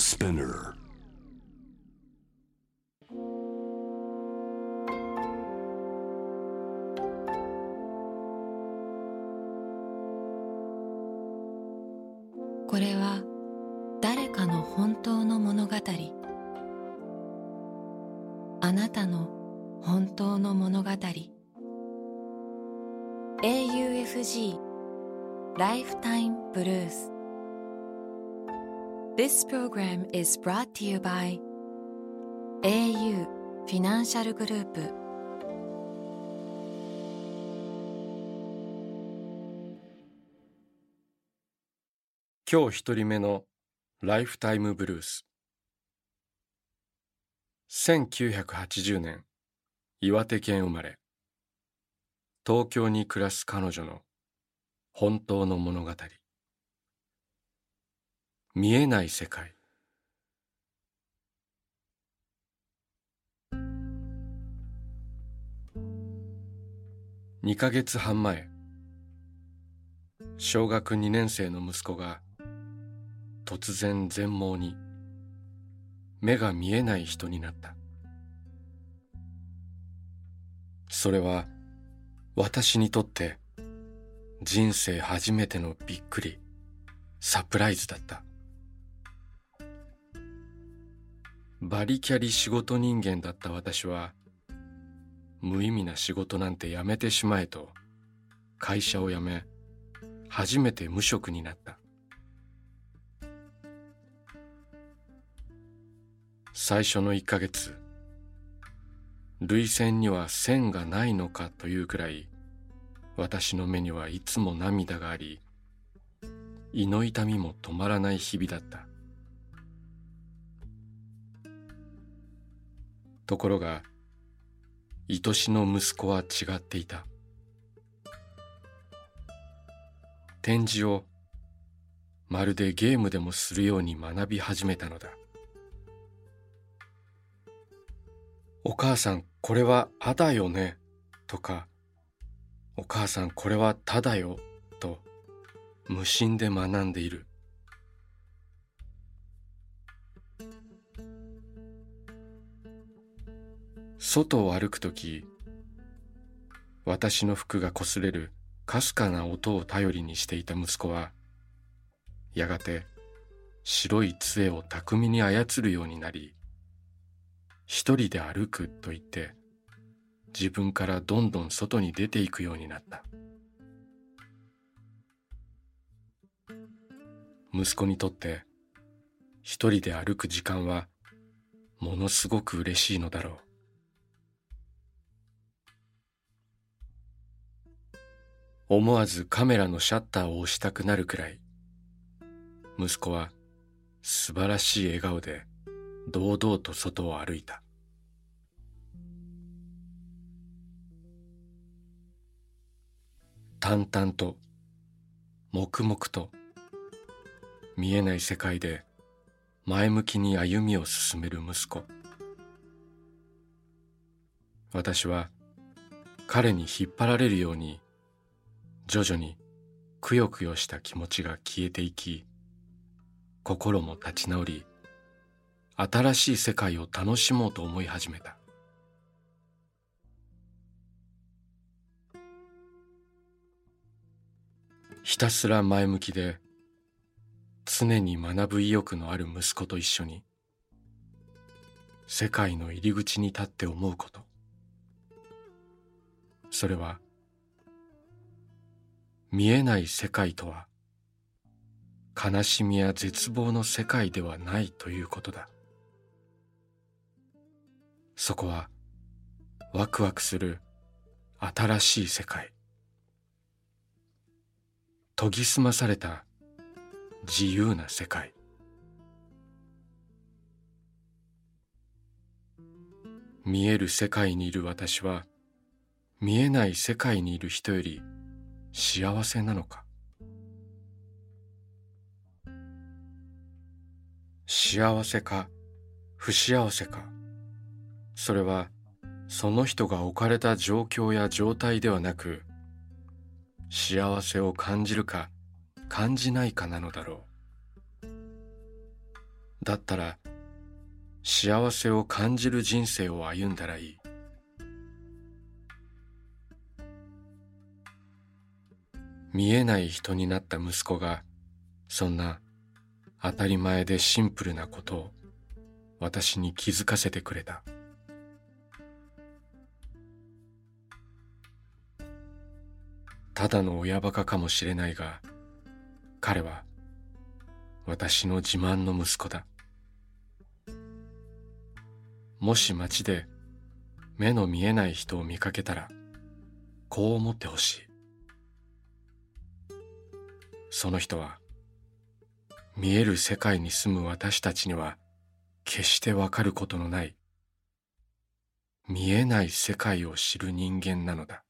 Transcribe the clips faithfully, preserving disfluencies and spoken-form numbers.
Spinner. これは誰かの本当の物語。あなたの本当の物語。 エーユーエフジー Lifetime Blues. This program is brought to you by エーユー Financial Group。 今日一人目のライフタイムブルース。せんきゅうひゃくはちじゅうねん、岩手県生まれ。東京に暮らす彼女の本当の物語。見えない世界。にかげつはん前、小学にねん生の息子が突然全盲に、目が見えない人になった。それは私にとって人生初めてのびっくり、サプライズだった。バリキャリ仕事人間だった私は、無意味な仕事なんてやめてしまえと会社を辞め、初めて無職になった。最初のいっかげつ、涙腺には線がないのかというくらい、私の目にはいつも涙があり、胃の痛みも止まらない日々だった。ところが、愛しの息子は違っていた。点字をまるでゲームでもするように学び始めたのだ。お母さん、これはあだよね、とか、お母さん、これはただよ、と無心で学んでいる。外を歩くとき、私の服が擦れるかすかな音を頼りにしていた息子は、やがて白い杖を巧みに操るようになり、一人で歩くと言って、自分からどんどん外に出ていくようになった。息子にとって、一人で歩く時間は、ものすごく嬉しいのだろう。思わずカメラのシャッターを押したくなるくらい、息子は素晴らしい笑顔で堂々と外を歩いた。淡々と、黙々と、見えない世界で前向きに歩みを進める息子。私は彼に引っ張られるように、徐々にくよくよした気持ちが消えていき、心も立ち直り、新しい世界を楽しもうと思い始めた。ひたすら前向きで、常に学ぶ意欲のある息子と一緒に、世界の入り口に立って思うこと。それは、見えない世界とは、悲しみや絶望の世界ではないということだ。そこは、ワクワクする新しい世界。研ぎ澄まされた自由な世界。見える世界にいる私は、見えない世界にいる人より幸せなのか。幸せか不幸せか、それはその人が置かれた状況や状態ではなく、幸せを感じるか感じないかなのだろう。 だったら幸せを感じる人生を歩んだらいい。見えない人になった息子がそんな当たり前でシンプルなことを私に気づかせてくれた。ただの親バカかもしれないが、彼は私の自慢の息子だ。もし街で目の見えない人を見かけたら、こう思ってほしい。その人は見える世界に住む私たちには決してわかることのない見えない世界を知る人間なのだ。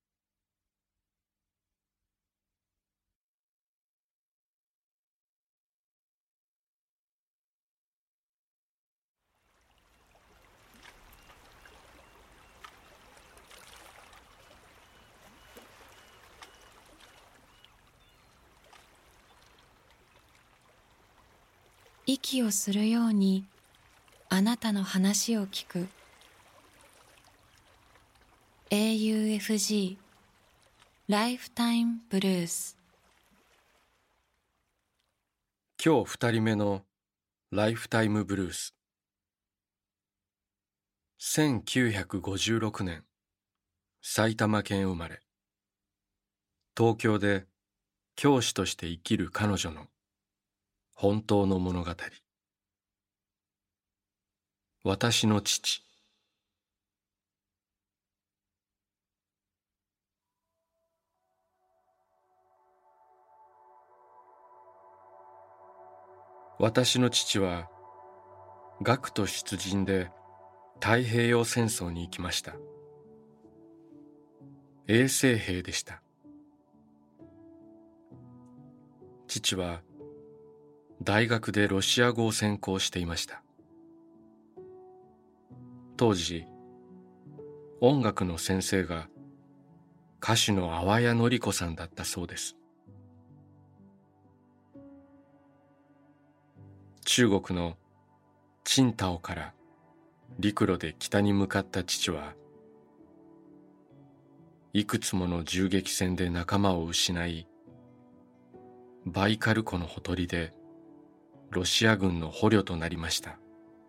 息をするようにあなたの話を聞く エーユーエフジー ライフタイムブルース。 今日二人目のライフタイムブルース。せんきゅうひゃくごじゅうろくねん、埼玉県生まれ。東京で教師として生きる彼女の本当の物語。私の父。私の父は学徒出陣で太平洋戦争に行きました。衛生兵でした。父は大学でロシア語を専攻していました。当時、音楽の先生が歌手の淡谷のり子さんだったそうです。中国の青島から陸路で北に向かった父はいくつもの銃撃戦で仲間を失い、バイカル湖のほとりでロシア軍の捕虜となりました。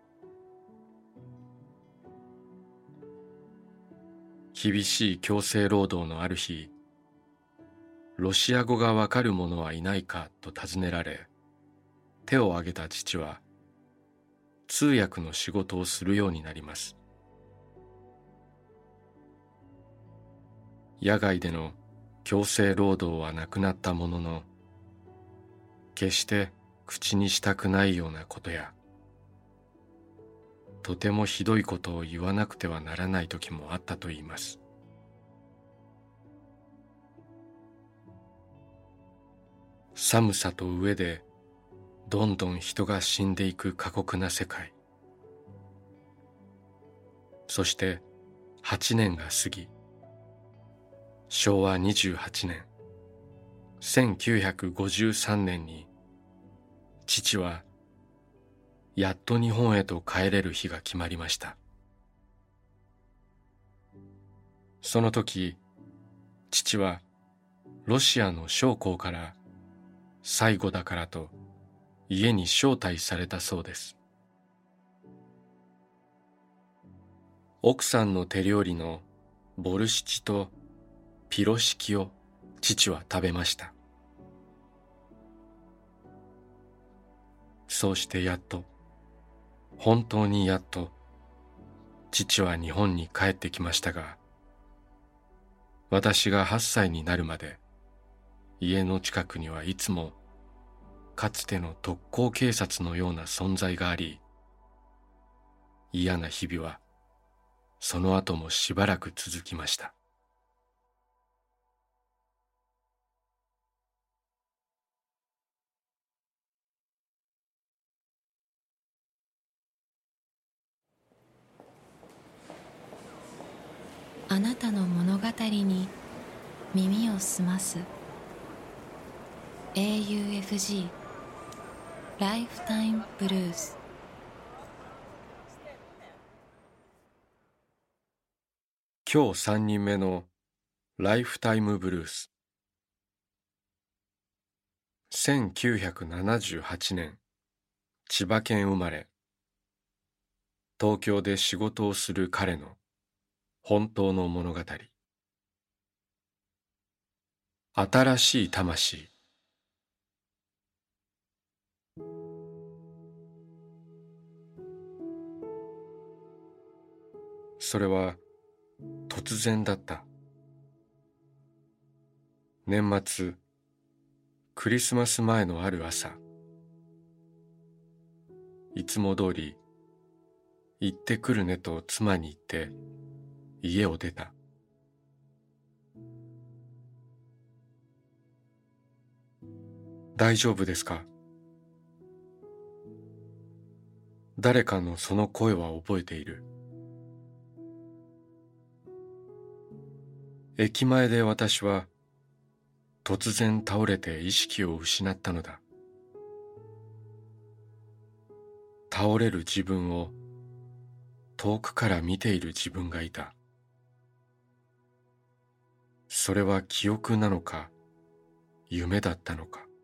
厳しい強制労働のある日、ロシア語がわかる者はいないかと尋ねられ、手を挙げた父は通訳の仕事をするようになります。野外での強制労働はなくなったものの、決して口にしたくないようなことや、とてもひどいことを言わなくてはならない時もあったといいます。寒さと飢えでどんどん人が死んでいく過酷な世界。そしてはちねんが過ぎ、しょうわにじゅうはちねん、せんきゅうひゃくごじゅうさんねんに父はやっと日本へと帰れる日が決まりました。その時、父はロシアの将校から最後だからと家に招待されたそうです。奥さんの手料理のボルシチとピロシキを父は食べました。そうしてやっと、本当にやっと、父は日本に帰ってきましたが、私がはっさいになるまで、家の近くにはいつも、かつての特攻警察のような存在があり、嫌な日々は、その後もしばらく続きました。 あなたの物語に耳を澄ます エーユーエフジー ライフタイムブルース。 今日三人目のライフタイムブルース。せんきゅうひゃくななじゅうはちねん、千葉県生まれ。東京で仕事をする彼の本当の物語。新しい魂。それは突然だった。年末、クリスマス前のある朝、いつも通り行ってくるねと妻に言って家を出た。大丈夫ですか？誰かのその声は覚えている。駅前で私は突然倒れて意識を失ったのだ。倒れる自分を遠くから見ている自分がいた。それは記憶なのか夢だったのか。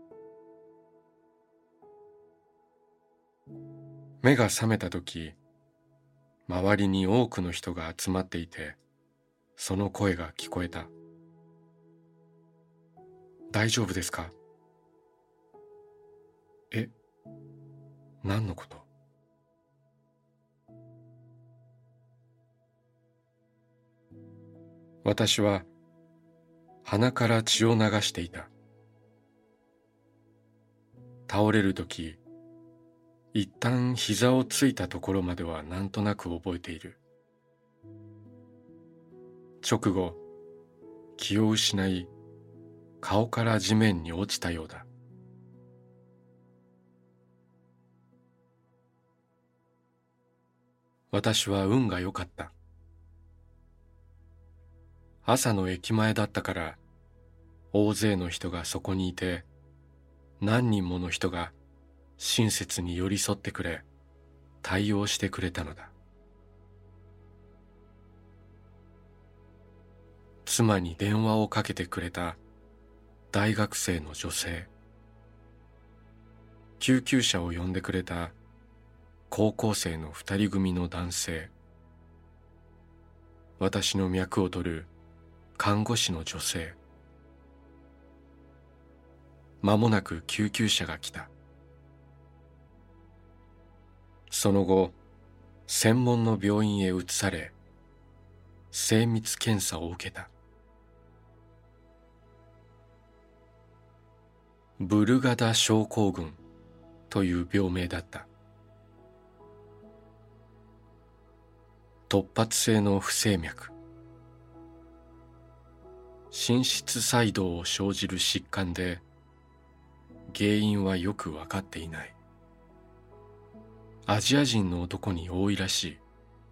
目が覚めたとき、周りに多くの人が集まっていて、その声が聞こえた。大丈夫ですか？え、何のこと？私は鼻から血を流していた。倒れるとき、一旦膝をついたところまではなんとなく覚えている。直後、気を失い、顔から地面に落ちたようだ。私は運が良かった。朝の駅前だったから、大勢の人がそこにいて、何人もの人が親切に寄り添ってくれ、対応してくれたのだ。妻に電話をかけてくれた大学生の女性、救急車を呼んでくれた高校生の二人組の男性、私の脈を取る看護師の女性。間もなく救急車が来た。その後、専門の病院へ移され、精密検査を受けた。ブルガダ症候群という病名だった。突発性の不整脈、心室細動を生じる疾患で、原因はよくわかっていない。アジア人の男に多いらしい。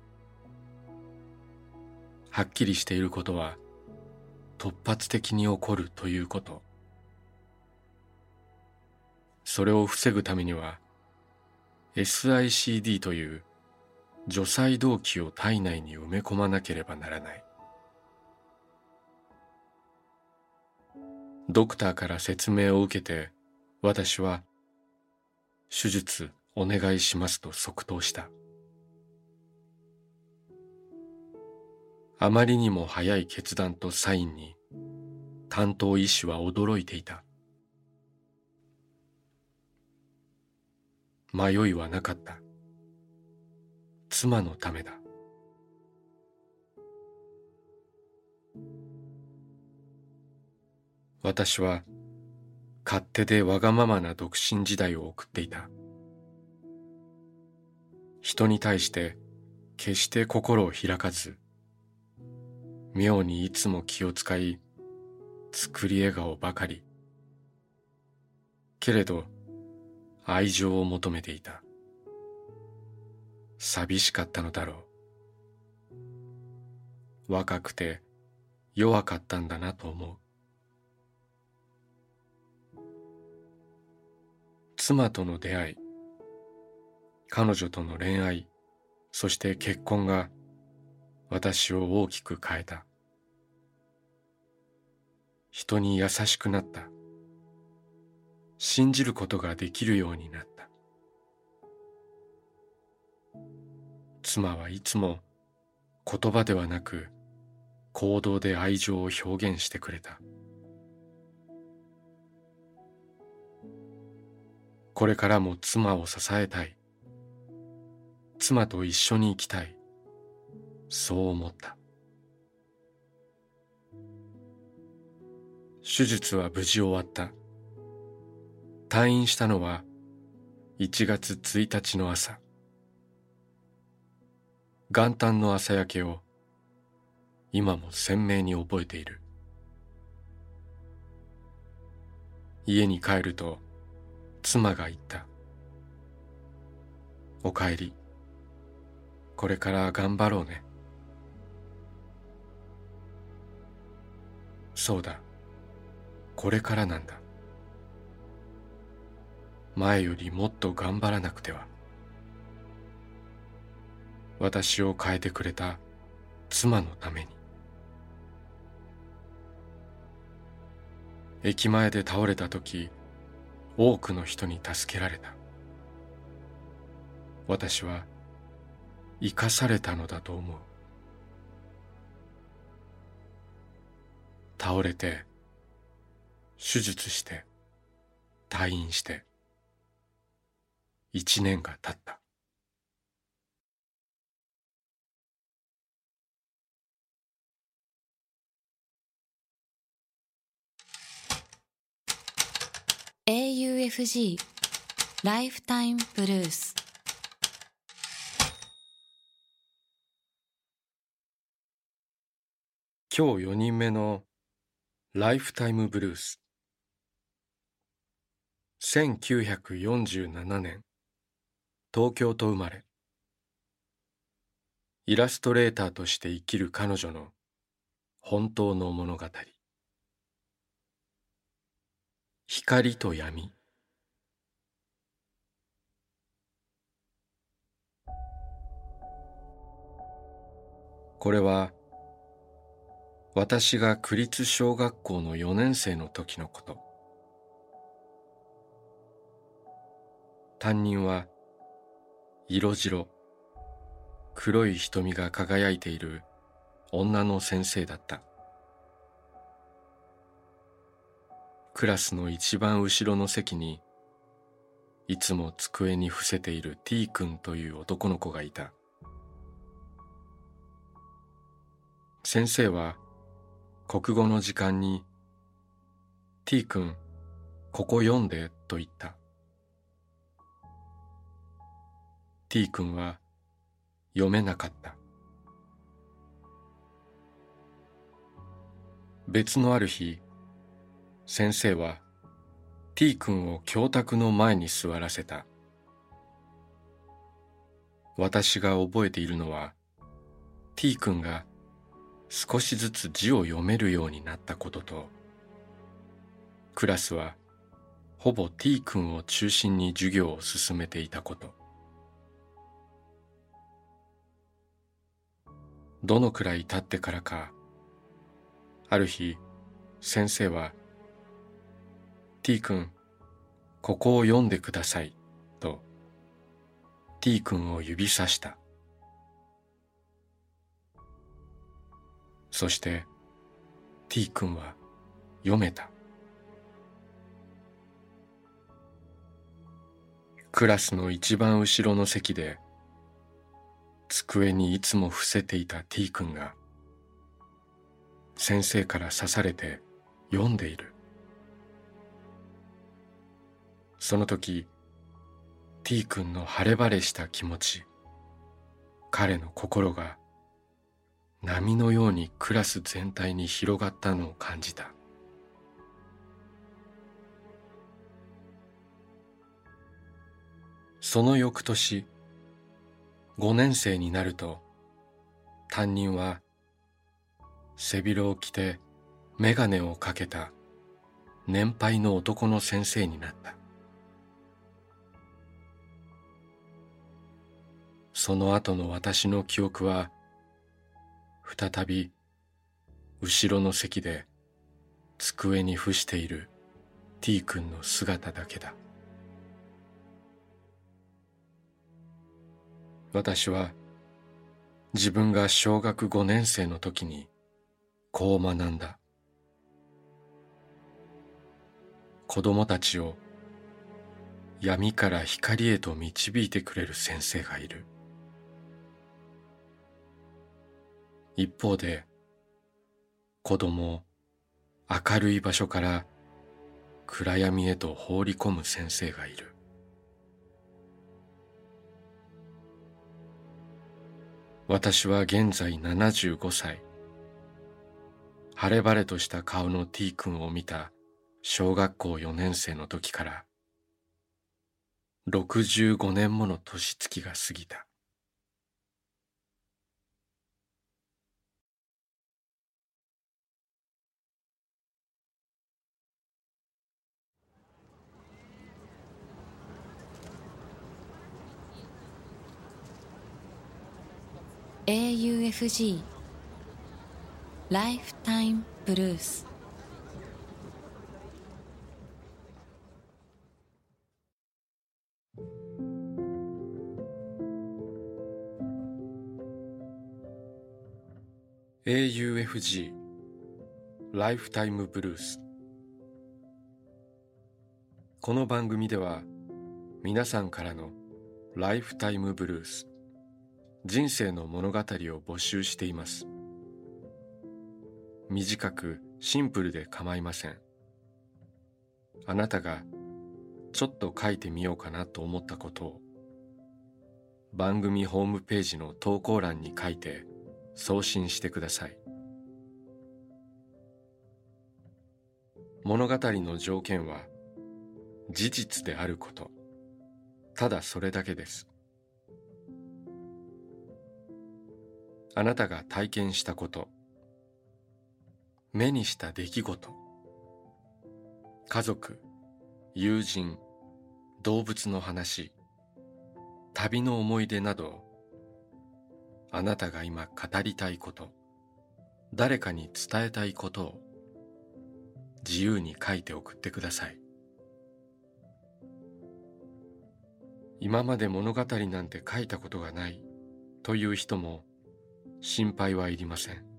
はっきりしていることは、突発的に起こるということ。それを防ぐためには、エスアイシーディー という除細動器を体内に埋め込まなければならない。ドクターから説明を受けて、私は、手術お願いしますと即答した。あまりにも早い決断とサインに、担当医師は驚いていた。迷いはなかった。妻のためだ。私は勝手でわがままな独身時代を送っていた。人に対して決して心を開かず、妙にいつも気を使い、作り笑顔ばかり。けれど愛情を求めていた。寂しかったのだろう。若くて弱かったんだなと思う。妻との出会い、彼女との恋愛、そして結婚が私を大きく変えた。人に優しくなった。信じることができるようになった。妻はいつも言葉ではなく行動で愛情を表現してくれた。これからも妻を支えたい。妻と一緒に生きたい。そう思った。手術は無事終わった。退院したのはいちがつついたちの朝。元旦の朝焼けを今も鮮明に覚えている。家に帰ると妻が言った。おかえり。これから頑張ろうね。そうだ。これからなんだ。前よりもっと頑張らなくては。私を変えてくれた妻のために。駅前で倒れた時、多くの人に助けられた。私は生かされたのだと思う。倒れて、手術して、退院して、一年が経った。 エーユーエフジー ライフタイムブルース。 今日よにんめのライフタイムブルース。せんきゅうひゃくよんじゅうななねん、東京と生まれ、イラストレーターとして生きる彼女の本当の物語。光と闇。これは私が区立小学校のよねん生の時のこと。担任は色白、黒い瞳が輝いている女の先生だった。クラスの一番後ろの席にいつも机に伏せている T 君という男の子がいた。先生は国語の時間に T 君、ここ読んでと言った。T 君は読めなかった。別のある日、先生は T 君を教卓の前に座らせた。私が覚えているのは T 君が少しずつ字を読めるようになったことと、クラスはほぼ T 君を中心に授業を進めていたこと。どのくらい経ってからか、ある日、先生は T 君、ここを読んでくださいと T 君を指さした。そして T 君は読めた。クラスの一番後ろの席で机にいつも伏せていた T 君が先生から刺されて読んでいる。その時 T 君の晴れ晴れした気持ち、彼の心が波のようにクラス全体に広がったのを感じた。その翌年、ごねん生になると、担任は背広を着て眼鏡をかけた年配の男の先生になった。その後の私の記憶は再び後ろの席で机に伏している T 君の姿だけだ。私は自分が小学ごねん生の時にこう学んだ。子供たちを闇から光へと導いてくれる先生がいる。一方で子供を明るい場所から暗闇へと放り込む先生がいる。私は現在ななじゅうごさい。晴れ晴れとした顔の T 君を見た小学校よねん生の時からろくじゅうごねんもの年月が過ぎた。 エーユーエフジー ライフタイムブルース。 エーユーエフジー ライフタイムブルース。この番組では皆さんからのライフタイムブルース、人生の物語を募集しています。短くシンプルで構いません。あなたがちょっと書いてみようかなと思ったことを番組ホームページの投稿欄に書いて送信してください。物語の条件は事実であること、ただそれだけです。あなたが体験したこと、目にした出来事、家族、友人、動物の話、旅の思い出など、あなたが今語りたいこと、誰かに伝えたいことを自由に書いて送ってください。今まで物語なんて書いたことがないという人も心配はいりません。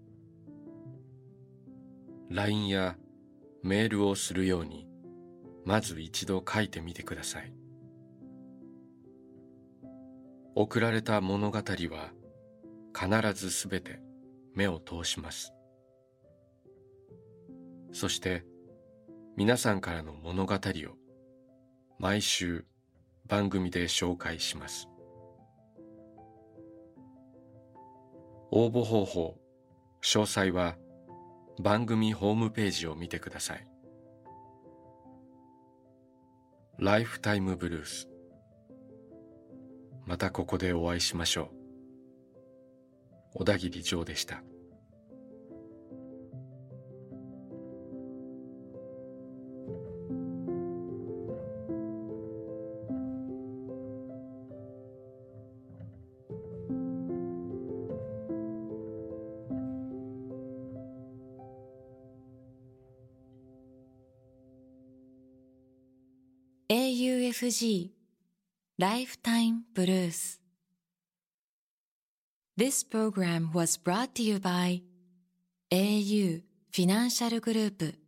ライン やメールをするようにまず一度書いてみてください。送られた物語は必ずすべて目を通します。そして皆さんからの物語を毎週番組で紹介します。応募方法、詳細は番組ホームページを見てください。ライフタイムブルース。またここでお会いしましょう。小田切丈でした。 エーユーエフジー Lifetime Blues. This program was brought to you by エーユー Financial Group.